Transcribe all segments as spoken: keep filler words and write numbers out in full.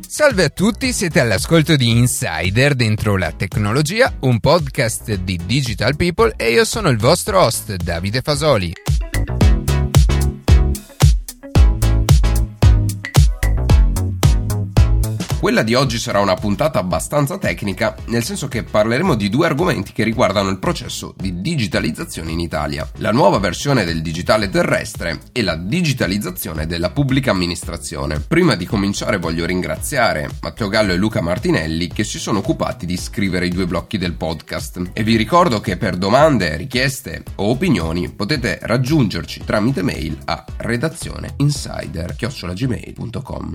Salve a tutti, siete all'ascolto di Insider dentro la tecnologia, un podcast di Digital People e io sono il vostro host Davide Fasoli. Quella di oggi sarà una puntata abbastanza tecnica, nel senso che parleremo di due argomenti che riguardano il processo di digitalizzazione in Italia, la nuova versione del digitale terrestre e la digitalizzazione della pubblica amministrazione. Prima di cominciare voglio ringraziare Matteo Gallo e Luca Martinelli che si sono occupati di scrivere i due blocchi del podcast e vi ricordo che per domande, richieste o opinioni potete raggiungerci tramite mail a redazione insider chiocciola gmail punto com.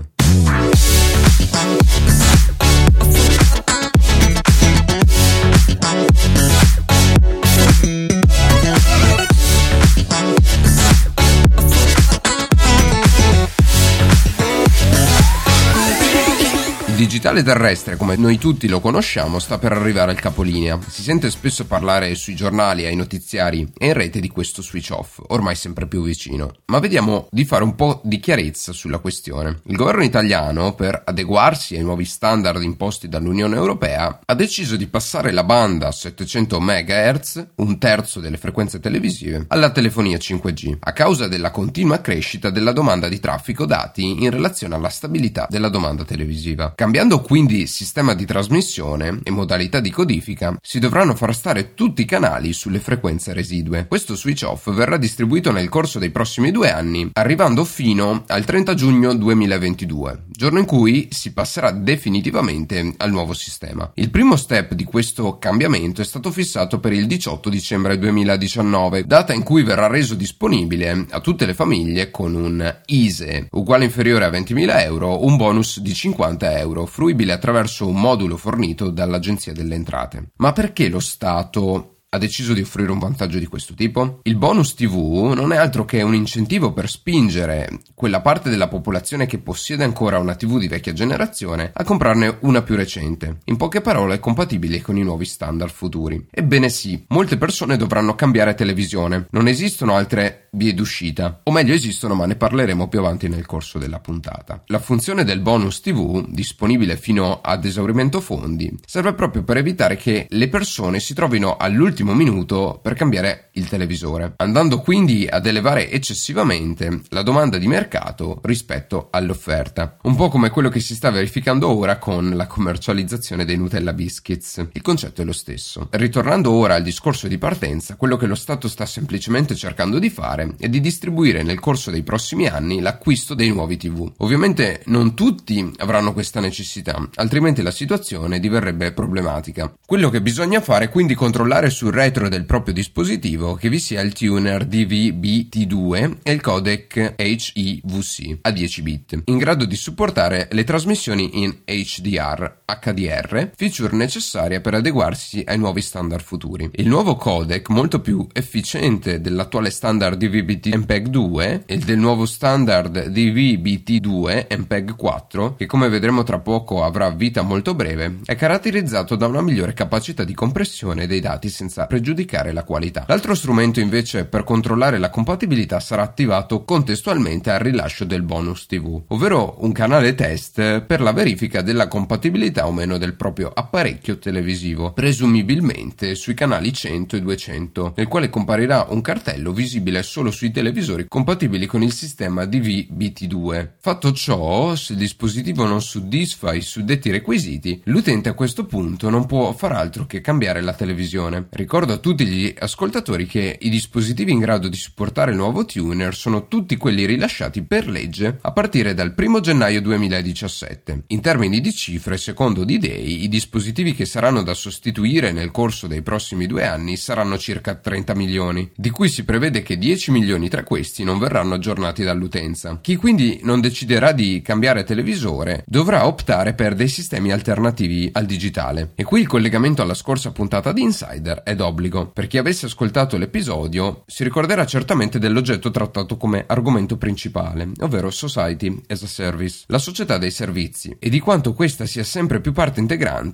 Il digitale terrestre, come noi tutti lo conosciamo, sta per arrivare al capolinea. Si sente spesso parlare sui giornali, ai notiziari e in rete di questo switch off, ormai sempre più vicino. Ma vediamo di fare un po' di chiarezza sulla questione. Il governo italiano, per adeguarsi ai nuovi standard imposti dall'Unione Europea, ha deciso di passare la banda settecento megahertz, un terzo delle frequenze televisive, alla telefonia cinque G, a causa della continua crescita della domanda di traffico dati in relazione alla stabilità della domanda televisiva. Cambiando quindi sistema di trasmissione e modalità di codifica, si dovranno far stare tutti i canali sulle frequenze residue. Questo switch off verrà distribuito nel corso dei prossimi due anni, arrivando fino al trenta giugno duemilaventidue, giorno in cui si passerà definitivamente al nuovo sistema. Il primo step di questo cambiamento è stato fissato per il diciotto dicembre duemiladiciannove, data in cui verrà reso disponibile a tutte le famiglie con un I S E uguale o inferiore a ventimila euro un bonus di cinquanta euro fruibile attraverso un modulo fornito dall'Agenzia delle Entrate. Ma perché lo Stato ha deciso di offrire un vantaggio di questo tipo? Il bonus tivù non è altro che un incentivo per spingere quella parte della popolazione che possiede ancora una tivù di vecchia generazione a comprarne una più recente, in poche parole compatibile con i nuovi standard futuri. Ebbene sì, molte persone dovranno cambiare televisione, non esistono altre vie d'uscita, o meglio esistono ma ne parleremo più avanti nel corso della puntata. La funzione del bonus tivù, disponibile fino ad esaurimento fondi, serve proprio per evitare che le persone si trovino all'ultimo minuto per cambiare il televisore, andando quindi ad elevare eccessivamente la domanda di mercato rispetto all'offerta, un po' come quello che si sta verificando ora con la commercializzazione dei Nutella Biscuits. Il concetto è lo stesso. Ritornando ora al discorso di partenza, quello che lo Stato sta semplicemente cercando di fare è di distribuire nel corso dei prossimi anni l'acquisto dei nuovi tivù. Ovviamente non tutti avranno questa necessità, altrimenti la situazione diverrebbe problematica. Quello che bisogna fare è quindi controllare sul retro del proprio dispositivo che vi sia il tuner D V B T due e il codec H E V C a dieci bit, in grado di supportare le trasmissioni in H D R, H D R, feature necessaria per adeguarsi ai nuovi standard futuri. Il nuovo codec, molto più efficiente dell'attuale standard D V B T M P E G due e del nuovo standard D V B T due M P E G quattro, che come vedremo tra poco avrà vita molto breve, è caratterizzato da una migliore capacità di compressione dei dati senza pregiudicare la qualità. L'altro strumento invece per controllare la compatibilità sarà attivato contestualmente al rilascio del bonus tivù, ovvero un canale test per la verifica della compatibilità o meno del proprio apparecchio televisivo, presumibilmente sui canali cento e duecento, nel quale comparirà un cartello visibile solo sui televisori compatibili con il sistema D V B T due. Fatto ciò, se il dispositivo non soddisfa i suddetti requisiti, l'utente a questo punto non può far altro che cambiare la televisione. Ricordo a tutti gli ascoltatori che i dispositivi in grado di supportare il nuovo tuner sono tutti quelli rilasciati per legge a partire dal primo gennaio duemiladiciassette. In termini di cifre, secondo D-Day, i dispositivi che saranno da sostituire nel corso dei prossimi due anni saranno circa trenta milioni, di cui si prevede che dieci milioni tra questi non verranno aggiornati dall'utenza. Chi quindi non deciderà di cambiare televisore dovrà optare per dei sistemi alternativi al digitale. E qui il collegamento alla scorsa puntata di Insider è d'obbligo. Per chi avesse ascoltato l'episodio si ricorderà certamente dell'oggetto trattato come argomento principale, ovvero Society as a Service, la società dei servizi, e di quanto questa sia sempre più parte integrante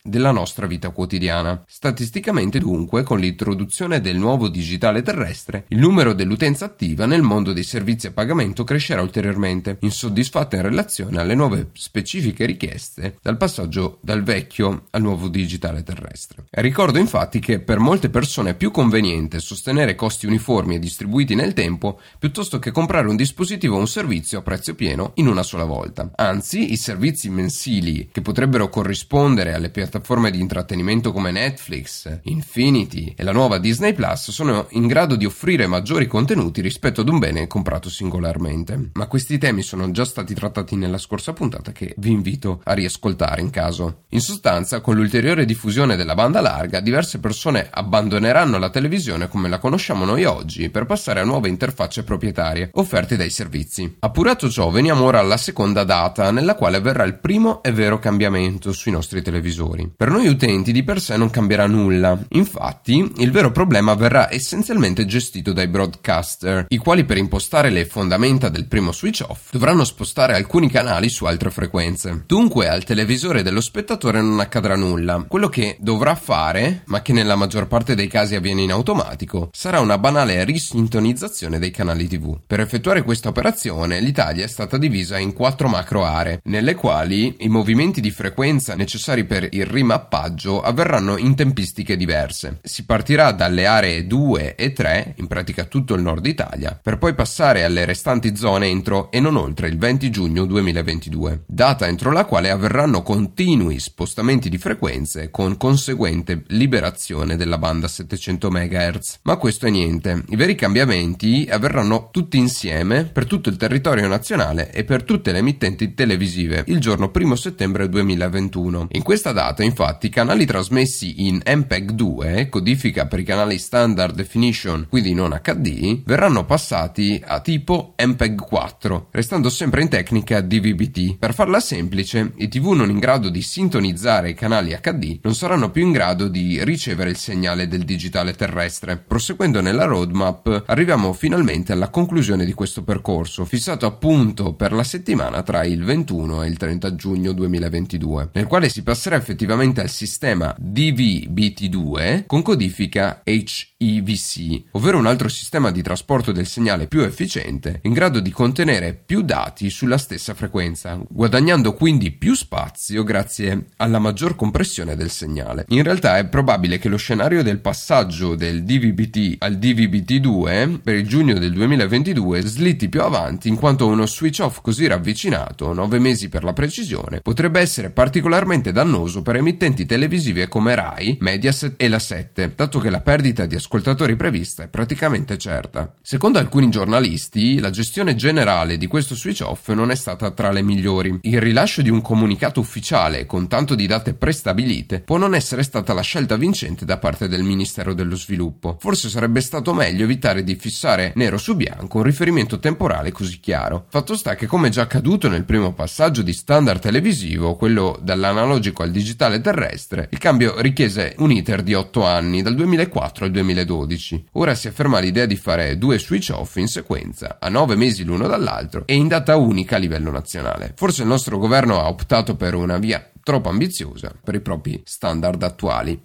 della nostra vita quotidiana. Statisticamente, dunque, con l'introduzione del nuovo digitale terrestre, il numero dell'utenza attiva nel mondo dei servizi a pagamento crescerà ulteriormente, insoddisfatta in relazione alle nuove specifiche richieste dal passaggio dal vecchio al nuovo digitale terrestre. Ricordo infatti che per molte persone è più conveniente sostenere costi uniformi e distribuiti nel tempo piuttosto che comprare un dispositivo o un servizio a prezzo pieno in una sola volta. Anzi, i servizi mensili che potrebbero corrispondere alle piattaforme di intrattenimento come Netflix, Infinity e la nuova Disney Plus sono in grado di offrire maggiori contenuti rispetto ad un bene comprato singolarmente. Ma questi temi sono già stati trattati nella scorsa puntata, che vi invito a riascoltare in caso. In sostanza, con l'ulteriore diffusione della banda larga, diverse persone abbandoneranno la televisione come la conosciamo noi oggi per passare a nuove interfacce proprietarie offerte dai servizi. Appurato ciò, veniamo ora alla seconda data nella quale avverrà il primo e vero cambiamento sui nostri televisori. Per noi utenti di per sé non cambierà nulla, infatti il vero problema verrà essenzialmente gestito dai broadcaster, i quali per impostare le fondamenta del primo switch off dovranno spostare alcuni canali su altre frequenze. Dunque al televisore dello spettatore non accadrà nulla. Quello che dovrà fare, ma che nella maggior parte dei casi avviene in automatico, sarà una banale risintonizzazione dei canali tivù. Per effettuare questa operazione l'Italia è stata divisa in quattro macro aree, nelle quali i movimenti di frequenza necessari per il rimappaggio avverranno in tempistiche diverse. Si partirà dalle aree due e tre, in pratica tutto il nord Italia, per poi passare alle restanti zone entro e non oltre il venti giugno duemilaventidue, data entro la quale avverranno continui spostamenti di frequenze con conseguente liberazione della banda settecento megahertz. Ma questo è niente, i veri cambiamenti avverranno tutti insieme per tutto il territorio nazionale e per tutte le emittenti televisive il giorno primo settembre duemilaventuno. In questa data infatti i canali trasmessi in M P E G due, codifica per i canali Standard Definition, quindi non H D, verranno passati a tipo M P E G quattro, restando sempre in tecnica D V B T. Per farla semplice, i tivù non in grado di sintonizzare i canali H D non saranno più in grado di ricevere il segnale del digitale terrestre. Proseguendo nella roadmap, arriviamo finalmente alla conclusione di questo percorso, fissato appunto per la settimana tra il ventuno e il trenta giugno duemilaventidue, nel quale si passerà effettivamente al sistema D V B T due con codifica H E V C, ovvero un altro sistema di trasporto del segnale più efficiente, in grado di contenere più dati sulla stessa frequenza, guadagnando quindi più spazio grazie alla maggior compressione del segnale. In realtà è probabile che lo scenario del passaggio del D V B T al D V B T due per il giugno del duemilaventidue slitti più avanti, in quanto uno switch off così ravvicinato, nove mesi per la precisione, potrebbe essere particolarmente dannoso per emittenti televisive come Rai, Mediaset e la sette, dato che la perdita di ascoltatori prevista è praticamente certa. Secondo alcuni giornalisti, la gestione generale di questo switch off non è stata tra le migliori. Il rilascio di un comunicato ufficiale con tanto di date prestabilite può non essere stata la scelta vincente da parte del Ministero dello Sviluppo. Forse sarebbe stato meglio evitare di fissare nero su bianco un riferimento temporale così chiaro. Fatto sta che, come già accaduto nel primo passaggio di standard televisivo, quello dall'analogico al digitale terrestre, il cambio richiese un iter di otto anni, dal duemilaquattro al duemiladodici. Ora si afferma l'idea di fare due switch off in sequenza, a nove mesi l'uno dall'altro e in data unica a livello nazionale. Forse il nostro governo ha optato per una via troppo ambiziosa per i propri standard attuali.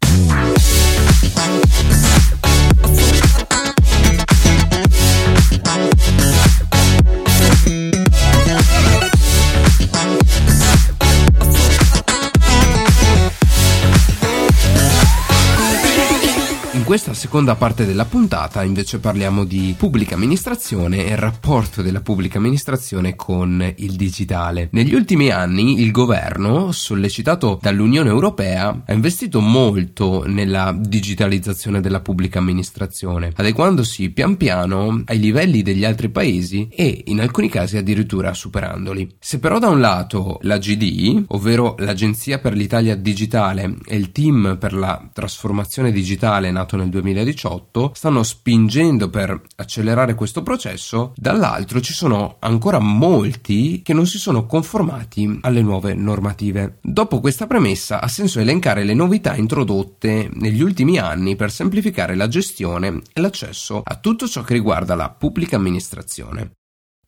In questa seconda parte della puntata invece parliamo di pubblica amministrazione e il rapporto della pubblica amministrazione con il digitale. Negli ultimi anni il governo, sollecitato dall'Unione Europea, ha investito molto nella digitalizzazione della pubblica amministrazione, adeguandosi pian piano ai livelli degli altri paesi e in alcuni casi addirittura superandoli. Se però da un lato la G D, ovvero l'Agenzia per l'Italia Digitale, e il team per la trasformazione digitale nato nel duemiladiciotto stanno spingendo per accelerare questo processo, dall'altro ci sono ancora molti che non si sono conformati alle nuove normative. Dopo questa premessa ha senso elencare le novità introdotte negli ultimi anni per semplificare la gestione e l'accesso a tutto ciò che riguarda la pubblica amministrazione.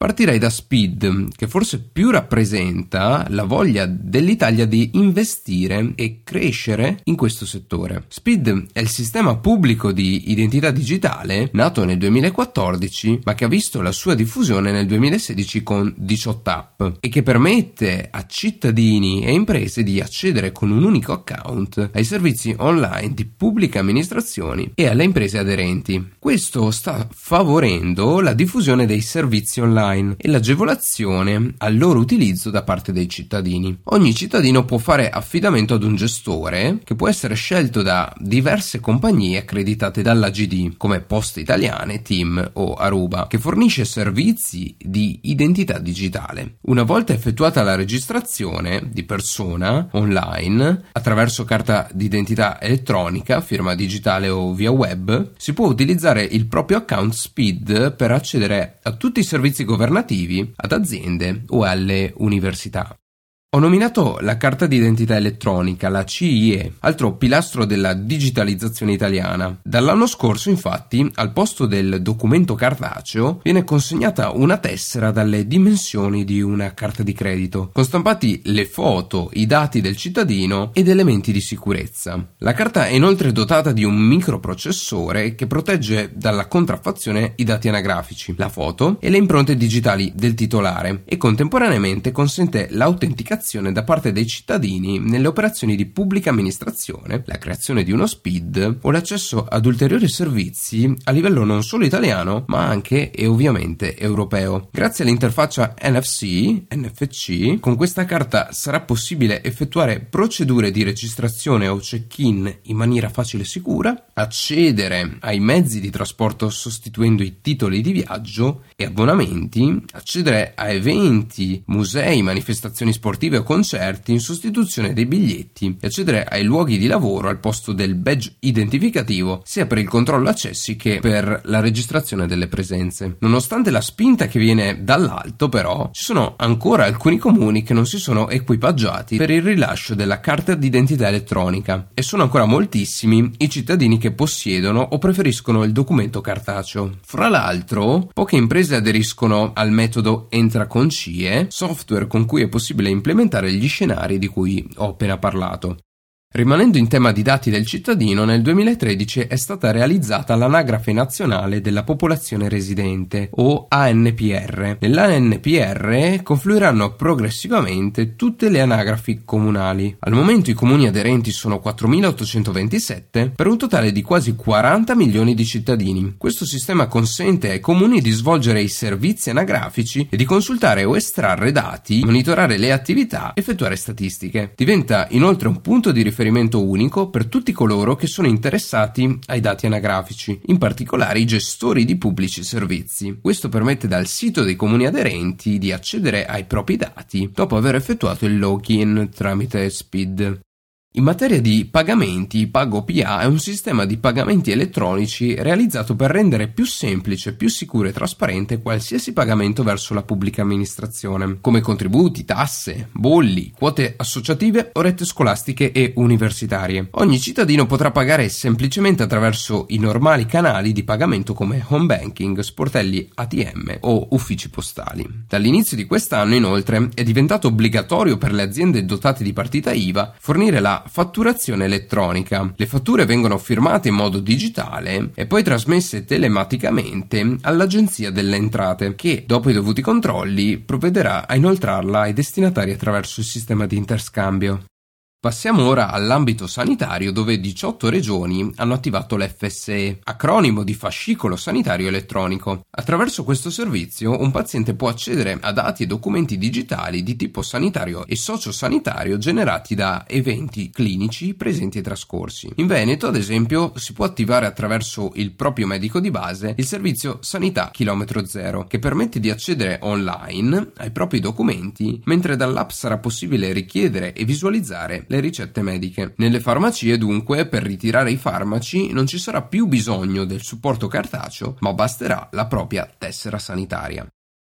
Partirei da Speed, che forse più rappresenta la voglia dell'Italia di investire e crescere in questo settore. Speed è il sistema pubblico di identità digitale nato nel duemilaquattordici, ma che ha visto la sua diffusione nel duemilasedici con diciotto app e che permette a cittadini e imprese di accedere con un unico account ai servizi online di pubbliche amministrazioni e alle imprese aderenti. Questo sta favorendo la diffusione dei servizi online e l'agevolazione al loro utilizzo da parte dei cittadini. Ogni cittadino può fare affidamento ad un gestore che può essere scelto da diverse compagnie accreditate dall'A G D come Poste Italiane, TIM o Aruba, che fornisce servizi di identità digitale. Una volta effettuata la registrazione di persona online attraverso carta d'identità elettronica, firma digitale o via web, si può utilizzare il proprio account Speed per accedere a tutti i servizi governativi, ad aziende o alle università. Ho nominato la carta d'identità elettronica, la C I E, altro pilastro della digitalizzazione italiana. Dall'anno scorso, infatti, al posto del documento cartaceo viene consegnata una tessera dalle dimensioni di una carta di credito, con stampati le foto, i dati del cittadino ed elementi di sicurezza. La carta è inoltre dotata di un microprocessore che protegge dalla contraffazione i dati anagrafici, la foto e le impronte digitali del titolare e contemporaneamente consente l'autenticazione da parte dei cittadini nelle operazioni di pubblica amministrazione, la creazione di uno Speed o l'accesso ad ulteriori servizi a livello non solo italiano ma anche e ovviamente europeo. Grazie all'interfaccia N F C, N F C, con questa carta sarà possibile effettuare procedure di registrazione o check-in in maniera facile e sicura, accedere ai mezzi di trasporto sostituendo i titoli di viaggio e abbonamenti, accedere a eventi, musei, manifestazioni sportive o concerti in sostituzione dei biglietti e accedere ai luoghi di lavoro al posto del badge identificativo sia per il controllo accessi che per la registrazione delle presenze. Nonostante la spinta che viene dall'alto, però, ci sono ancora alcuni comuni che non si sono equipaggiati per il rilascio della carta d'identità elettronica e sono ancora moltissimi i cittadini che possiedono o preferiscono il documento cartaceo. Fra l'altro, poche imprese aderiscono al metodo Entra con C I E, software con cui è possibile implementare gli scenari di cui ho appena parlato. Rimanendo in tema di dati del cittadino, nel duemilatredici è stata realizzata l'Anagrafe Nazionale della Popolazione Residente, o A N P R. Nell'A N P R confluiranno progressivamente tutte le anagrafi comunali. Al momento i comuni aderenti sono quattromilaottocentoventisette, per un totale di quasi quaranta milioni di cittadini. Questo sistema consente ai comuni di svolgere i servizi anagrafici e di consultare o estrarre dati, monitorare le attività, effettuare statistiche. Diventa inoltre un punto di riferimento unico per tutti coloro che sono interessati ai dati anagrafici, in particolare i gestori di pubblici servizi. Questo permette dal sito dei comuni aderenti di accedere ai propri dati dopo aver effettuato il login tramite Speed. In materia di pagamenti, PagoPA è un sistema di pagamenti elettronici realizzato per rendere più semplice, più sicuro e trasparente qualsiasi pagamento verso la pubblica amministrazione, come contributi, tasse, bolli, quote associative o rette scolastiche e universitarie. Ogni cittadino potrà pagare semplicemente attraverso i normali canali di pagamento come home banking, sportelli A T M o uffici postali. Dall'inizio di quest'anno, inoltre, è diventato obbligatorio per le aziende dotate di partita I V A fornire la fatturazione elettronica. Le fatture vengono firmate in modo digitale e poi trasmesse telematicamente all'Agenzia delle Entrate, che, dopo i dovuti controlli, provvederà a inoltrarla ai destinatari attraverso il sistema di interscambio. Passiamo ora all'ambito sanitario, dove diciotto regioni hanno attivato l'F S E, acronimo di fascicolo sanitario elettronico. Attraverso questo servizio un paziente può accedere a dati e documenti digitali di tipo sanitario e sociosanitario generati da eventi clinici presenti e trascorsi. In Veneto, ad esempio, si può attivare attraverso il proprio medico di base il servizio Sanità Chilometro Zero, che permette di accedere online ai propri documenti, mentre dall'app sarà possibile richiedere e visualizzare le ricette mediche. Nelle farmacie, dunque, per ritirare i farmaci non ci sarà più bisogno del supporto cartaceo, ma basterà la propria tessera sanitaria.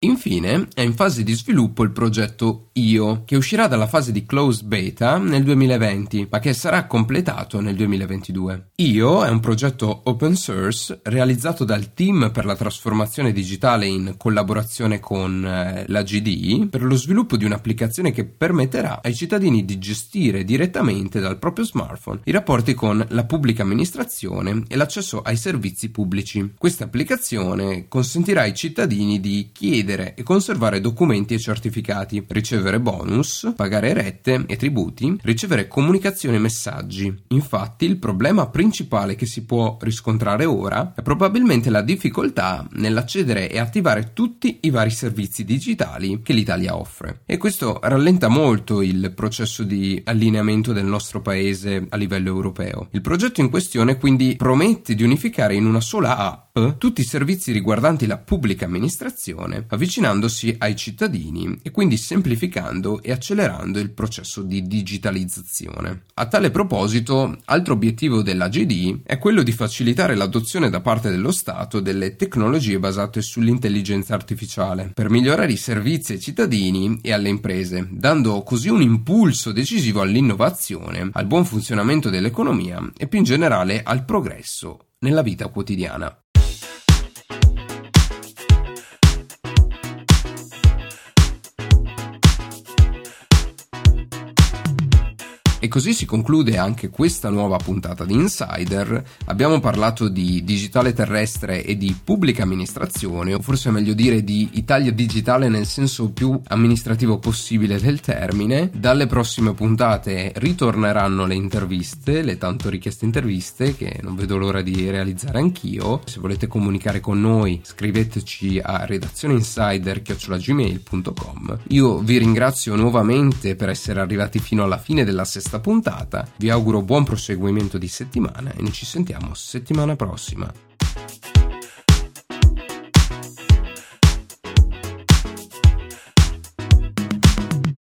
Infine è in fase di sviluppo il progetto I O, che uscirà dalla fase di closed beta nel duemilaventi, ma che sarà completato nel duemilaventidue. I O è un progetto open source realizzato dal team per la trasformazione digitale in collaborazione con eh, la G D I per lo sviluppo di un'applicazione che permetterà ai cittadini di gestire direttamente dal proprio smartphone i rapporti con la pubblica amministrazione e l'accesso ai servizi pubblici. Questa applicazione consentirà ai cittadini di chiedere e conservare documenti e certificati, ricevere bonus, pagare rette e tributi, ricevere comunicazioni e messaggi. Infatti, il problema principale che si può riscontrare ora è probabilmente la difficoltà nell'accedere e attivare tutti i vari servizi digitali che l'Italia offre. E questo rallenta molto il processo di allineamento del nostro paese a livello europeo. Il progetto in questione quindi promette di unificare in una sola app tutti i servizi riguardanti la pubblica amministrazione, avvicinandosi ai cittadini e quindi semplificando e accelerando il processo di digitalizzazione. A tale proposito, altro obiettivo della G D I è quello di facilitare l'adozione da parte dello Stato delle tecnologie basate sull'intelligenza artificiale per migliorare i servizi ai cittadini e alle imprese, dando così un impulso decisivo all'innovazione, al buon funzionamento dell'economia e più in generale al progresso nella vita quotidiana. E così si conclude anche questa nuova puntata di Insider. Abbiamo parlato di digitale terrestre e di pubblica amministrazione, o forse è meglio dire di Italia digitale nel senso più amministrativo possibile del termine. Dalle prossime puntate ritorneranno le interviste, le tanto richieste interviste che non vedo l'ora di realizzare anch'io. Se volete comunicare con noi, scriveteci a redazione insider chiocciola gmail punto com. Io vi ringrazio nuovamente per essere arrivati fino alla fine della sesta puntata, vi auguro buon proseguimento di settimana e noi ci sentiamo settimana prossima.